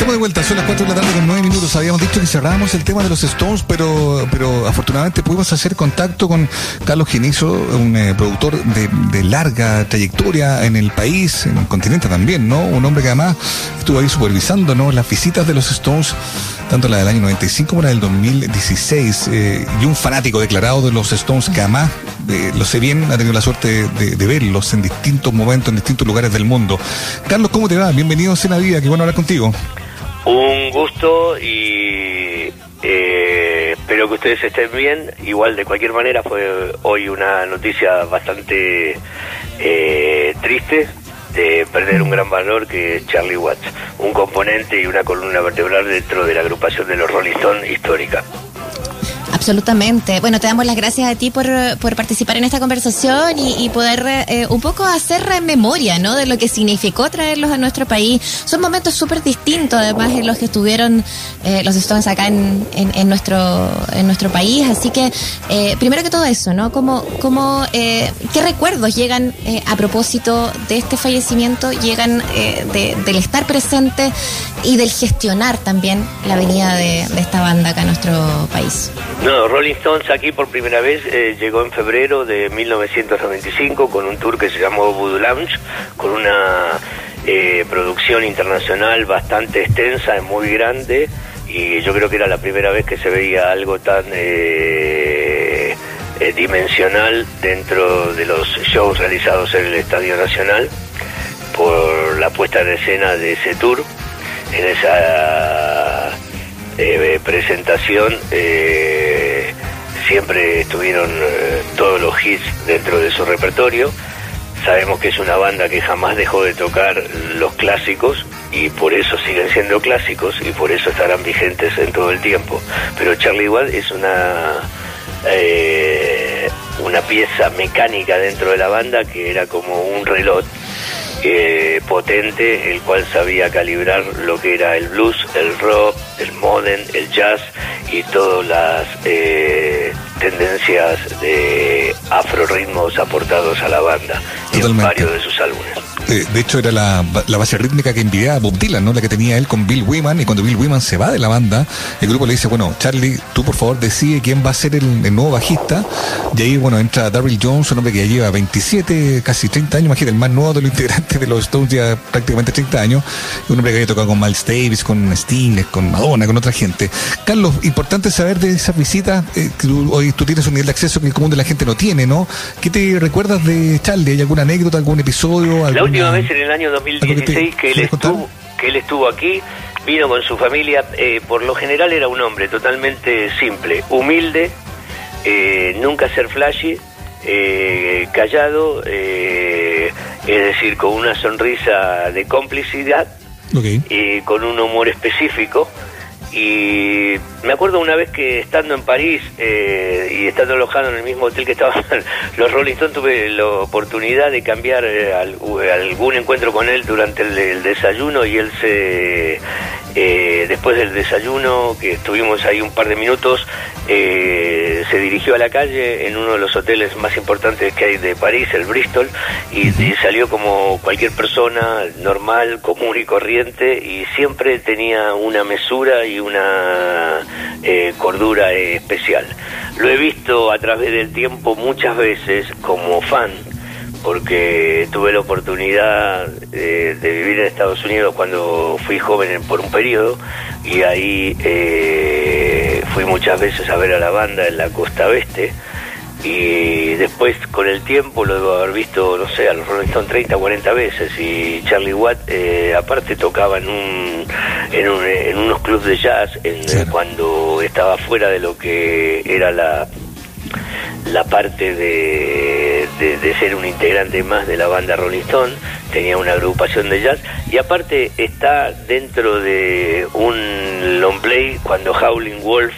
Estamos de vuelta, son las 4 de la tarde con 9 minutos. Habíamos dicho que cerrábamos el tema de los Stones, pero afortunadamente pudimos hacer contacto con Carlos Genizo, un productor de larga trayectoria en el país, en el continente también, ¿no? Un hombre que además estuvo ahí supervisando, ¿no?, las visitas de los Stones, tanto la del año 95 como la del 2016, y un fanático declarado de los Stones que además, lo sé bien, ha tenido la suerte de verlos en distintos momentos, en distintos lugares del mundo. Carlos, ¿cómo te va? Bienvenido a Cena Vida, qué bueno hablar contigo. Un gusto y espero que ustedes estén bien. Igual, de cualquier manera, fue hoy una noticia bastante triste de perder un gran valor que es Charlie Watts, un componente y una columna vertebral dentro de la agrupación de los Rolling Stones histórica. Absolutamente. Bueno, te damos las gracias a ti por participar en esta conversación y poder un poco hacer memoria, ¿no?, de lo que significó traerlos a nuestro país. Son momentos súper distintos, además, en los que estuvieron los Stones acá en nuestro país. Así que, primero que todo eso, ¿no? ¿Qué recuerdos llegan a propósito de este fallecimiento? Llegan del estar presente y del gestionar también la venida de esta banda acá a nuestro país. No, Rolling Stones aquí por primera vez llegó en febrero de 1995 con un tour que se llamó Voodoo Lounge, con una producción internacional bastante extensa, muy grande, y yo creo que era la primera vez que se veía algo tan dimensional dentro de los shows realizados en el Estadio Nacional, por la puesta en escena de ese tour. En esa presentación siempre estuvieron todos los hits dentro de su repertorio. Sabemos que es una banda que jamás dejó de tocar los clásicos y por eso siguen siendo clásicos y por eso estarán vigentes en todo el tiempo. Pero Charlie Watts es una pieza mecánica dentro de la banda que era como un reloj potente, el cual sabía calibrar lo que era el blues, el rock, el modern, el jazz y todas las tendencias de afrorritmos aportados a la banda. Totalmente. En varios de sus álbumes. De hecho, era la base rítmica que envidiaba Bob Dylan, ¿no?, la que tenía él con Bill Wyman, y cuando Bill Wyman se va de la banda, el grupo le dice, bueno, Charlie, tú por favor decide quién va a ser el nuevo bajista, y ahí, bueno, entra Darryl Jones, un hombre que ya lleva 27, casi 30 años, imagínate, el más nuevo de los integrantes de los Stones, ya prácticamente 30 años, un hombre que había tocado con Miles Davis, con Sting, con Madonna, con otra gente. Carlos, importante saber de esas visitas, hoy tú tienes un nivel de acceso que el común de la gente no tiene, ¿no? ¿Qué te recuerdas de Charlie? ¿Hay alguna anécdota, algún episodio? La última vez, en el año 2016, que él estuvo aquí, vino con su familia. Por lo general era un hombre totalmente simple, humilde, nunca ser flashy, callado, es decir, con una sonrisa de complicidad, con un humor específico. Y me acuerdo una vez que estando en París y estando alojado en el mismo hotel que estaban los Rolling Stones, tuve la oportunidad de cambiar algún encuentro con él durante el desayuno, y él después del desayuno, que estuvimos ahí un par de minutos, se dirigió a la calle en uno de los hoteles más importantes que hay de París, el Bristol, y salió como cualquier persona normal, común y corriente, y siempre tenía una mesura y una cordura especial. Lo he visto a través del tiempo muchas veces como fan, porque tuve la oportunidad de vivir en Estados Unidos cuando fui joven por un periodo, y ahí fui muchas veces a ver a la banda en la costa oeste, y después con el tiempo lo debo haber visto, no sé, a los Rolling Stones 30, 40 veces, y Charlie Watts aparte tocaba en unos clubs de jazz cuando estaba fuera de lo que era la parte de ser un integrante más de la banda Rolling Stone. Tenía una agrupación de jazz, y aparte está dentro de un long play cuando Howlin' Wolf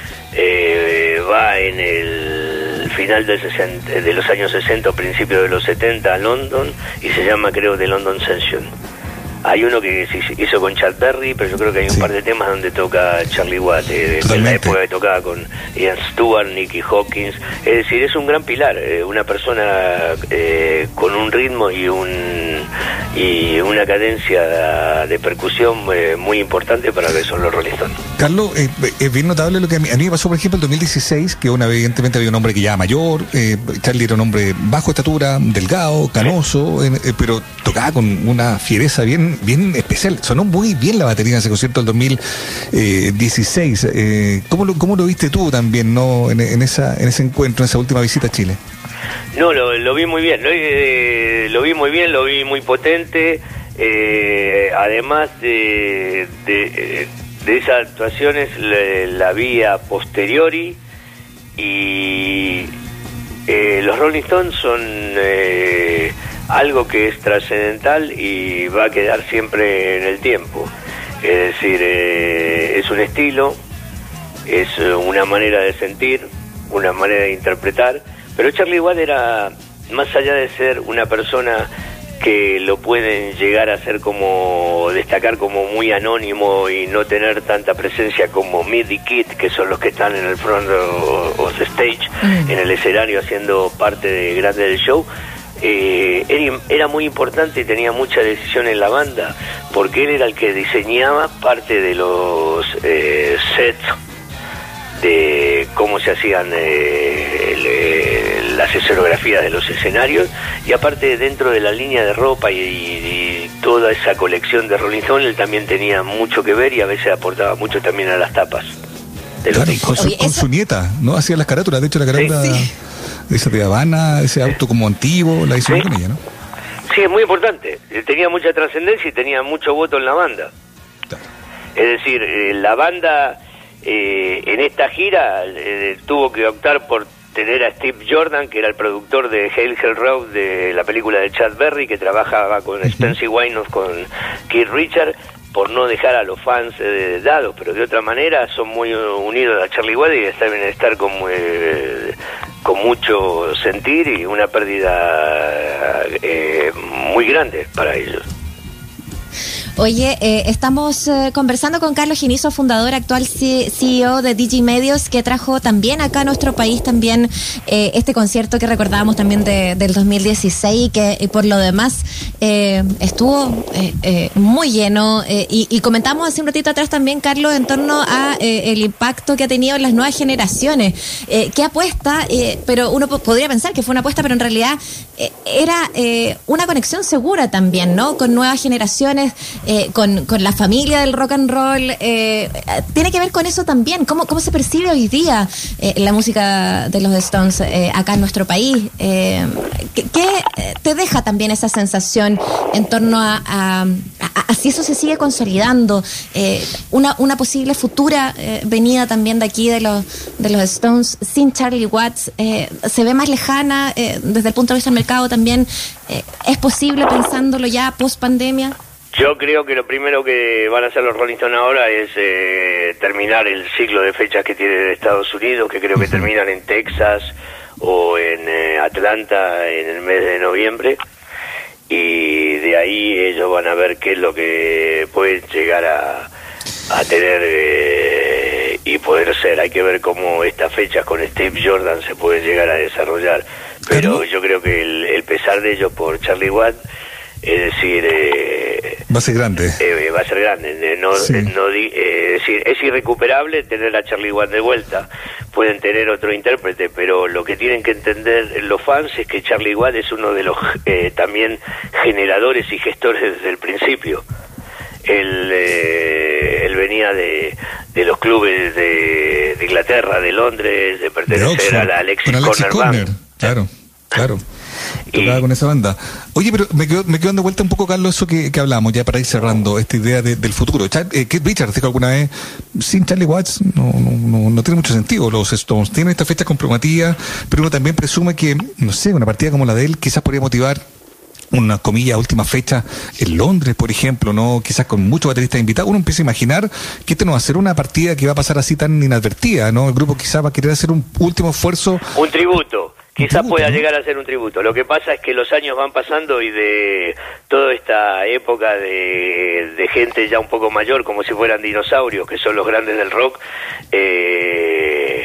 va en el final de los años 60 o principios de los 70 a London, y se llama, creo, The London Session. Hay uno que se hizo con Chuck Berry, pero yo creo que hay un par de temas donde toca Charlie Watts, en la época que tocaba con Ian Stewart, Nicky Hawkins. Es decir, es un gran pilar, una persona con un ritmo y y una cadencia de percusión muy importante para lo que son los Rolling Stones. Carlos, es bien notable lo que a mí me pasó, por ejemplo, en 2016, que evidentemente había un hombre que ya mayor, Charlie era un hombre bajo estatura, delgado, canoso, pero tocaba con una fiereza bien especial. Sonó muy bien la batería en ese concierto del 2016. ¿Cómo lo viste tú también, no, en ese encuentro, en esa última visita a Chile? No, lo vi muy bien, lo vi muy potente, además de esas actuaciones la vi a posteriori, y los Rolling Stones son algo que es trascendental y va a quedar siempre en el tiempo. Es decir, es un estilo, es una manera de sentir, una manera de interpretar, pero Charlie Watt era, más allá de ser una persona que lo pueden llegar a ser como, destacar como muy anónimo y no tener tanta presencia como Mick y Kid, que son los que están en el front of the stage, en el escenario haciendo parte de grande del show, era muy importante y tenía mucha decisión en la banda, porque él era el que diseñaba parte de los sets, de cómo se hacían las escenografías de los escenarios, y aparte dentro de la línea de ropa y toda esa colección de Rolling Stone, él también tenía mucho que ver y a veces aportaba mucho también a las tapas de los discos. Con su nieta, ¿no? Hacía las carátulas, de hecho la carátula de esa de Habana, ese auto como antiguo, la hizo con ella, ¿no? Sí, es muy importante, tenía mucha trascendencia y tenía mucho voto en la banda. Claro. Es decir, la banda en esta gira tuvo que optar por tener a Steve Jordan, que era el productor de Hail Hell Road, de la película de Chad Berry, que trabajaba con Spencer Wynoff, con Keith Richards, por no dejar a los fans dados, pero de otra manera son muy unidos a Charlie Watt y deben estar con mucho sentir y una pérdida muy grande para ellos. Oye, estamos conversando con Carlos Ginizo, fundador, actual CEO de Digi Medios, que trajo también acá a nuestro país también este concierto que recordábamos también del 2016, que por lo demás estuvo muy lleno, y comentamos hace un ratito atrás también, Carlos, en torno a el impacto que ha tenido en las nuevas generaciones. ¿Qué apuesta? Pero uno podría pensar que fue una apuesta, pero en realidad era una conexión segura también, ¿no? Con nuevas generaciones, con la familia del rock and roll. Tiene que ver con eso también. ¿Cómo se percibe hoy día la música de los Stones acá en nuestro país? ¿Qué te deja también esa sensación en torno a si eso se sigue consolidando? Una posible futura venida también de aquí de los Stones sin Charlie Watts se ve más lejana desde el punto de vista del mercado también. ¿Es posible pensándolo ya post pandemia? Yo creo que lo primero que van a hacer los Rolling Stones ahora es terminar el ciclo de fechas que tiene Estados Unidos, que creo que terminan en Texas o en Atlanta en el mes de noviembre, y de ahí ellos van a ver qué es lo que pueden llegar a tener y poder ser. Hay que ver cómo estas fechas con Steve Jordan se pueden llegar a desarrollar, pero yo creo que el pesar de ellos por Charlie Watt, es decir, va a ser grande. Va a ser grande. Es decir, es irrecuperable tener a Charlie Watt de vuelta. Pueden tener otro intérprete, pero lo que tienen que entender los fans es que Charlie Watt es uno de los también generadores y gestores desde el principio. Él venía de los clubes de Inglaterra, de Londres, de pertenecer a la Alexis Corner Band. Claro. Tocaba con esa banda. Oye, pero me quedo dando vuelta un poco, Carlos, eso que hablamos, ya para ir cerrando, esta idea del futuro. Keith Richards dijo alguna vez, sin Charlie Watts no tiene mucho sentido. Los Stones tienen esta fecha comprometidas, pero uno también presume que, no sé, una partida como la de él quizás podría motivar una comilla última fecha en Londres, por ejemplo, no, quizás con muchos bateristas invitados. Uno empieza a imaginar que no va a ser una partida que va a pasar así tan inadvertida, ¿no? El grupo quizás va a querer hacer un último esfuerzo. Un tributo. Quizás pueda llegar a ser un tributo. Lo que pasa es que los años van pasando y de toda esta época de gente ya un poco mayor, como si fueran dinosaurios, que son los grandes del rock,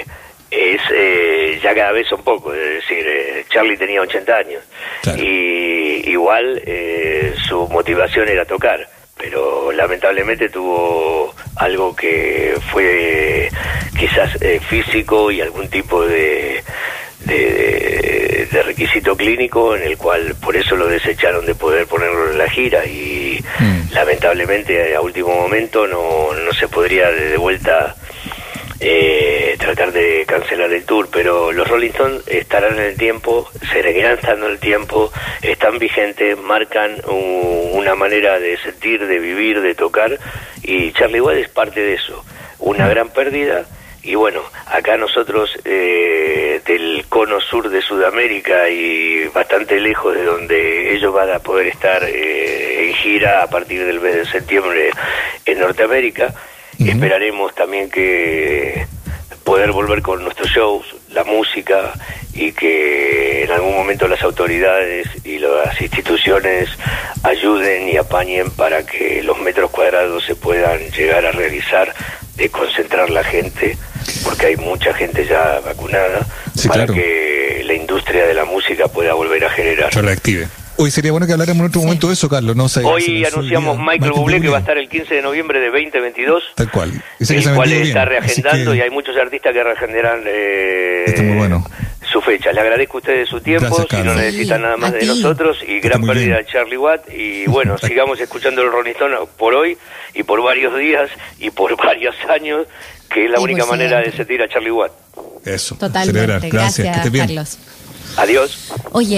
es ya cada vez son pocos, es decir, Charlie tenía 80 años, claro. Y igual su motivación era tocar, pero lamentablemente tuvo algo que fue quizás físico y algún tipo de requisito clínico en el cual por eso lo desecharon de poder ponerlo en la gira y lamentablemente a último momento no se podría de vuelta tratar de cancelar el tour, pero los Rolling Stones estarán en el tiempo, seguirán estando en el tiempo, están vigentes, marcan una manera de sentir, de vivir, de tocar, y Charlie Watt es parte de eso, una gran pérdida. Y bueno, acá nosotros del cono sur de Sudamérica y bastante lejos de donde ellos van a poder estar en gira a partir del mes de septiembre en Norteamérica, esperaremos también que poder volver con nuestros shows, la música, y que en algún momento las autoridades y las instituciones ayuden y apañen para que los metros cuadrados se puedan llegar a realizar, de concentrar la gente, porque hay mucha gente ya vacunada, para que la industria de la música pueda volver a generar. Se reactive. Hoy sería bueno que habláramos en otro momento de eso, Carlos. No sé, hoy anunciamos Michael Bublé, que va a estar el 15 de noviembre de 2022. Tal cual. El cual está reagendando, y hay muchos artistas que reagendarán está muy bueno. Su fecha. Le agradezco a ustedes su tiempo. Gracias, si no necesitan nada más de nosotros, y gran pérdida de Charlie Watt. Y bueno, sigamos escuchando el Rolling Stone por hoy y por varios días y por varios años, que es la única manera de sentir a Charlie Watt. Eso. Totalmente. Gracias. Que estés bien. Carlos. Adiós. Oye.